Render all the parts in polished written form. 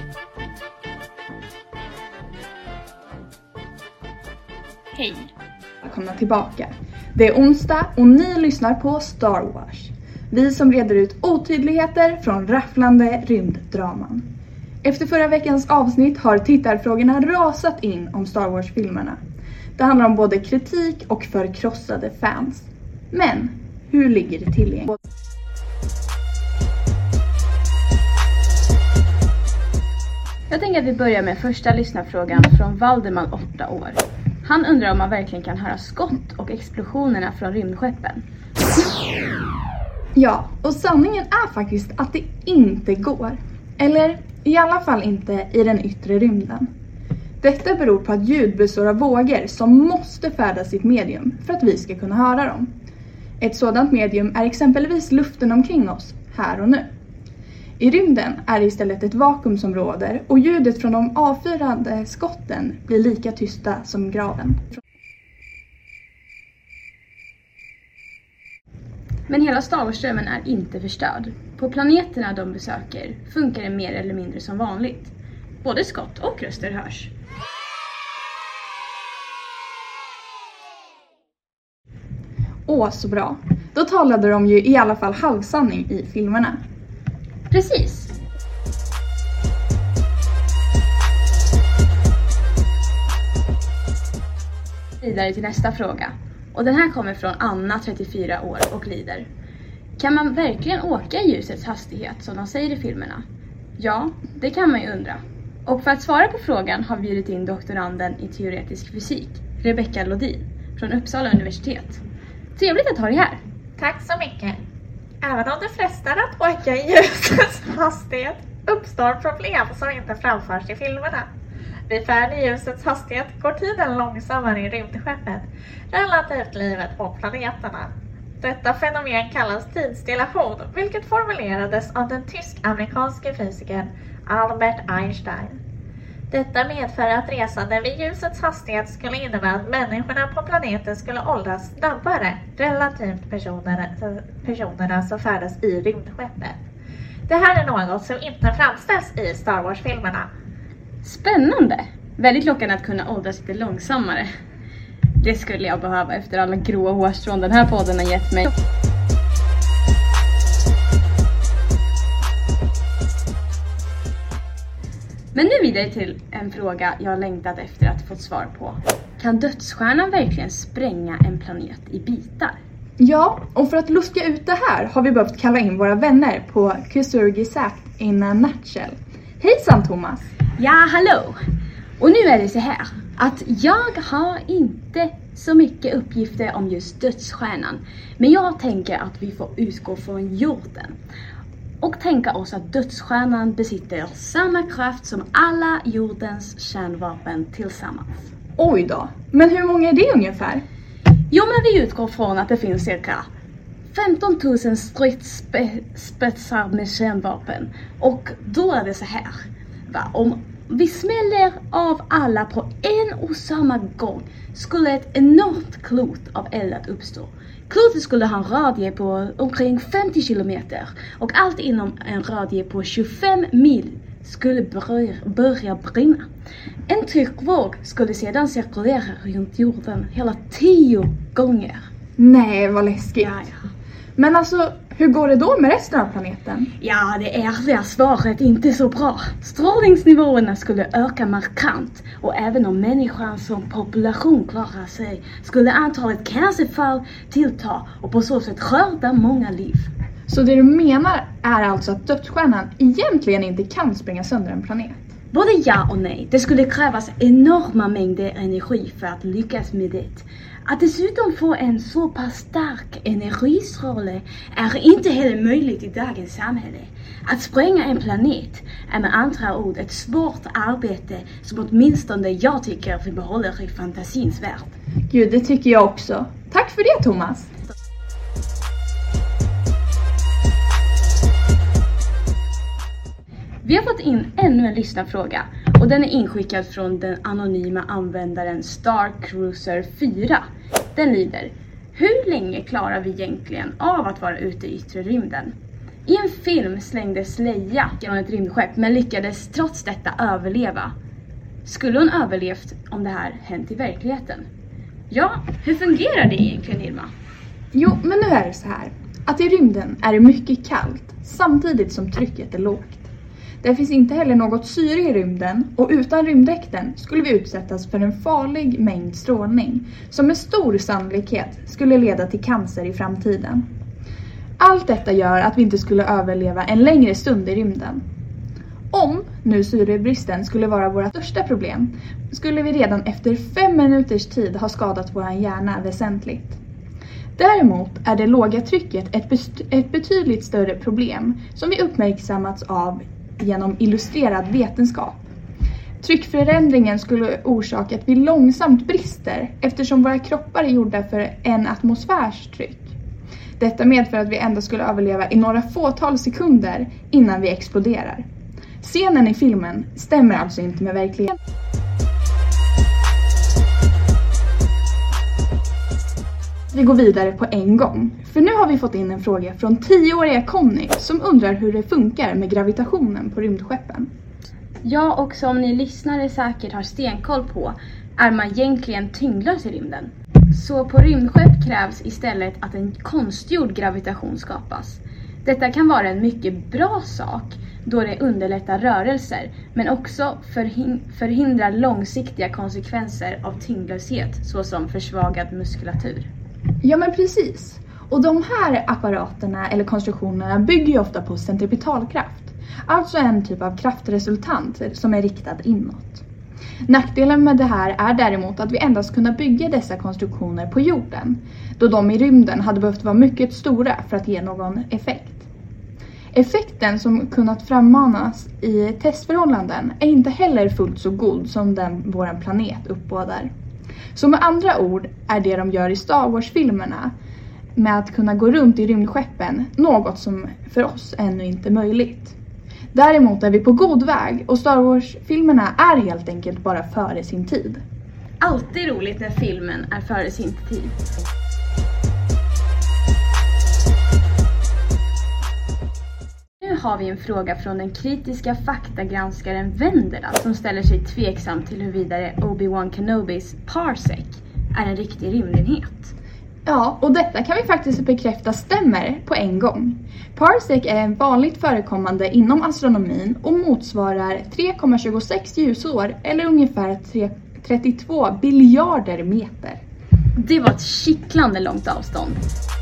Hej! Välkomna tillbaka. Det är onsdag och ni lyssnar på Star Wars. Vi som reder ut otydligheter från rafflande rymddraman. Efter förra veckans avsnitt har tittarfrågorna rasat in om Star Wars-filmerna. Det handlar om både kritik och förkrossade fans. Men hur ligger det till egentligen? Jag tänker att vi börjar med första lyssnarfrågan från Valdemar, 8 år. Han undrar om man verkligen kan höra skott och explosionerna från rymdskeppen. Ja, och sanningen är faktiskt att det inte går. Eller i alla fall inte i den yttre rymden. Detta beror på att ljud består av vågor som måste färdas i ett medium för att vi ska kunna höra dem. Ett sådant medium är exempelvis luften omkring oss, här och nu. I rymden är det istället ett vakuum som råder och ljudet från de avfyrande skotten blir lika tysta som graven. Men hela Star Wars-strömmen är inte förstörd. På planeterna de besöker funkar det mer eller mindre som vanligt. Både skott och röster hörs. Åh, så bra. Då talade de ju i alla fall halvsanning i filmerna. Precis. Vidare till nästa fråga. Och den här kommer från Anna, 34 år, och lyder: kan man verkligen åka i ljusets hastighet som de säger i filmerna? Ja, det kan man ju undra. Och för att svara på frågan har vi bjudit in doktoranden i teoretisk fysik, Rebecka Lodin, från Uppsala universitet. Trevligt att ha dig här. Tack så mycket. Även om det frestar att åka i ljusets hastighet uppstår problem som inte framförs i filmerna. Vid färd i ljusets hastighet går tiden långsammare i rymdskeppet relativt livet på planeterna. Detta fenomen kallas tidsdilation, vilket formulerades av den tysk-amerikanske fysikern Albert Einstein. Detta medför att resande vid ljusets hastighet skulle innebära att människorna på planeten skulle åldras snabbare relativt personerna som färdas i rymdskeppet. Det här är något som inte framställs i Star Wars-filmerna. Spännande! Väldigt lockande att kunna åldras lite långsammare. Det skulle jag behöva efter alla gråa hårstrån den här podden har gett mig. Men nu vidare till en fråga jag längtat efter att få svar på. Kan dödsstjärnan verkligen spränga en planet i bitar? Ja, och för att luska ut det här har vi behövt kalla in våra vänner på Kusurgisat in a nutshell. Hejsan Thomas! Ja, hallå! Och nu är det så här att jag har inte så mycket uppgifter om just dödsstjärnan. Men jag tänker att vi får utgå från jorden. Och tänka oss att dödsstjärnan besitter samma kraft som alla jordens kärnvapen tillsammans. Oj då, men hur många är det ungefär? Jo, men vi utgår från att det finns cirka 15 000 stridsspetsar med kärnvapen. Och då är det så här. Om vi smäller av alla på en och samma gång skulle ett enormt klot av eldat uppstå. Klotet skulle ha en radie på omkring 50 kilometer och allt inom en radie på 25 mil skulle börja brinna. En tryckvåg skulle sedan cirkulera runt jorden hela 10 gånger. Nej, vad läskigt. Ja. Men alltså, hur går det då med resten av planeten? Ja, det ärliga svaret är inte så bra. Strålningsnivåerna skulle öka markant och även om människan som population klarar sig skulle antalet cancerfall tillta och på så sätt skörda många liv. Så det du menar är alltså att dödsstjärnan egentligen inte kan spränga sönder en planet? Både ja och nej. Det skulle krävas enorma mängder energi för att lyckas med det. Att dessutom få en så pass stark energistråle är inte heller möjligt i dagens samhälle. Att spränga en planet är med andra ord ett svårt arbete som åtminstone jag tycker vi behåller i fantasins värld. Gud, det tycker jag också. Tack för det, Thomas. Vi har fått in ännu en lyssnarfråga och den är inskickad från den anonyma användaren Star Cruiser 4. Den lyder: hur länge klarar vi egentligen av att vara ute i yttre rymden? I en film slängdes Leia genom ett rymdskepp men lyckades trots detta överleva. Skulle hon överlevt om det här hänt i verkligheten? Ja, hur fungerar det egentligen, Irma? Jo, men nu är det så här. Att i rymden är det mycket kallt samtidigt som trycket är lågt. Det finns inte heller något syre i rymden och utan rymddräkten skulle vi utsättas för en farlig mängd strålning som med stor sannolikhet skulle leda till cancer i framtiden. Allt detta gör att vi inte skulle överleva en längre stund i rymden. Om nu syrebristen skulle vara våra största problem skulle vi redan efter 5 minuters tid ha skadat vår hjärna väsentligt. Däremot är det låga trycket ett betydligt större problem som vi uppmärksammats av genom illustrerad vetenskap. Tryckförändringen skulle orsaka att vi långsamt brister eftersom våra kroppar är gjorda för en atmosfärs tryck. Detta medför att vi endast skulle överleva i några fåtal sekunder innan vi exploderar. Scenen i filmen stämmer alltså inte med verkligheten. Vi går vidare på en gång, för nu har vi fått in en fråga från 10-åriga Conny som undrar hur det funkar med gravitationen på rymdskeppen. Ja, och som ni lyssnare säkert har stenkoll på är man egentligen tyngdlös i rymden. Så på rymdskepp krävs istället att en konstgjord gravitation skapas. Detta kan vara en mycket bra sak då det underlättar rörelser men också förhindrar långsiktiga konsekvenser av tyngdlöshet såsom försvagad muskulatur. Ja, men precis. Och de här apparaterna eller konstruktionerna bygger ju ofta på centripetalkraft. Alltså en typ av kraftresultant som är riktad inåt. Nackdelen med det här är däremot att vi endast kunna bygga dessa konstruktioner på jorden, då de i rymden hade behövt vara mycket stora för att ge någon effekt. Effekten som kunnat frammanas i testförhållanden är inte heller fullt så god som den vår planet uppbådar. Så med andra ord är det de gör i Star Wars-filmerna med att kunna gå runt i rymdskeppen något som för oss ännu inte är möjligt. Däremot är vi på god väg och Star Wars-filmerna är helt enkelt bara före sin tid. Alltid roligt när filmen är före sin tid. Nu har vi en fråga från den kritiska faktagranskaren Vendela som ställer sig tveksam till huruvida Obi-Wan Kenobis Parsec är en riktig rymdenhet. Ja, och detta kan vi faktiskt bekräfta stämmer på en gång. Parsec är en vanligt förekommande inom astronomin och motsvarar 3,26 ljusår eller ungefär 32 biljarder meter. Det var ett kittlande långt avstånd.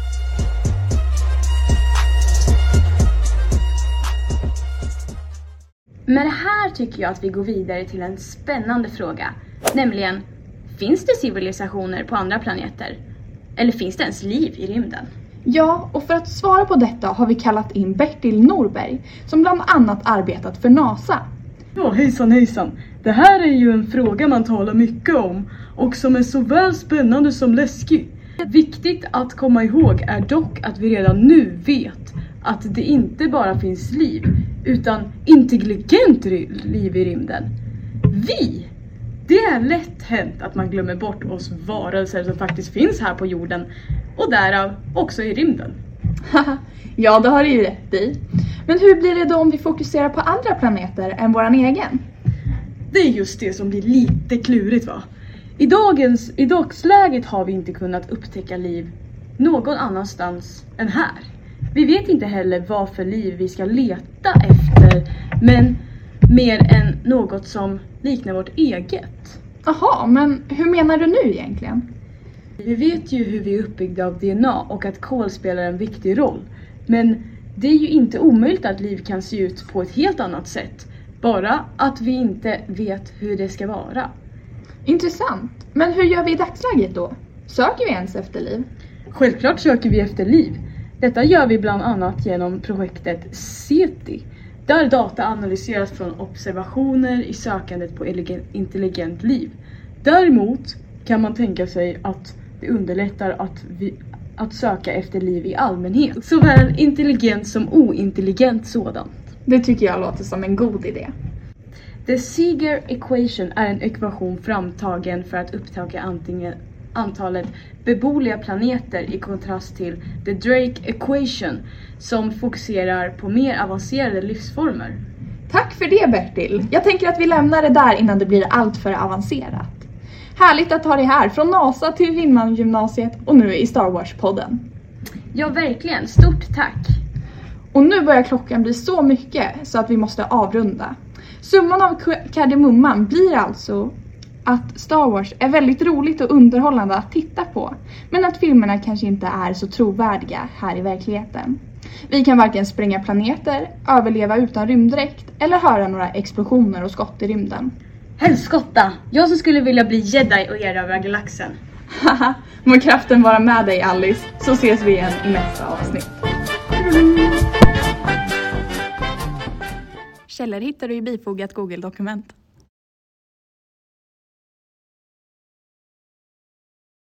Med det här tycker jag att vi går vidare till en spännande fråga. Nämligen, finns det civilisationer på andra planeter? Eller finns det ens liv i rymden? Ja, och för att svara på detta har vi kallat in Bertil Norberg som bland annat arbetat för NASA. Ja, hejsan. Det här är ju en fråga man talar mycket om och som är såväl spännande som läskig. Viktigt att komma ihåg är dock att vi redan nu vet att det inte bara finns liv utan intelligent liv i rymden. Det är lätt hänt att man glömmer bort oss varelser som faktiskt finns här på jorden och därav också i rymden. Ja, det har du ju rätt i. Men hur blir det då om vi fokuserar på andra planeter än våran egen? Det är just det som blir lite klurigt, va? I dagsläget har vi inte kunnat upptäcka liv någon annanstans än här. Vi vet inte heller vad för liv vi ska leta efter, men mer än något som liknar vårt eget. Jaha, men hur menar du nu egentligen? Vi vet ju hur vi är uppbyggda av DNA och att kol spelar en viktig roll. Men det är ju inte omöjligt att liv kan se ut på ett helt annat sätt. Bara att vi inte vet hur det ska vara. Intressant. Men hur gör vi i dagsläget då? Söker vi ens efter liv? Självklart söker vi efter liv. Detta gör vi bland annat genom projektet SETI. Där data analyseras från observationer i sökandet på intelligent liv. Däremot kan man tänka sig att det underlättar att söka efter liv i allmänhet. Såväl intelligent som ointelligent sådant. Det tycker jag låter som en god idé. The Seeger Equation är en ekvation framtagen för att upptäcka antalet beboeliga planeter i kontrast till The Drake Equation som fokuserar på mer avancerade livsformer. Tack för det, Bertil. Jag tänker att vi lämnar det där innan det blir allt för avancerat. Härligt att ha dig här från NASA till Vindman-gymnasiet och nu i Star Wars-podden. Ja, verkligen. Stort tack. Och nu börjar klockan bli så mycket så att vi måste avrunda. Summan av kardemumman blir alltså att Star Wars är väldigt roligt och underhållande att titta på, men att filmerna kanske inte är så trovärdiga här i verkligheten. Vi kan varken spränga planeter, överleva utan rymddräkt eller höra några explosioner och skott i rymden. Helskotta! Jag som skulle vilja bli Jedi och erövra galaxen. Haha, må kraften vara med dig, Alice, så ses vi igen i nästa avsnitt. Källor hittar du i bifogat Google-dokument.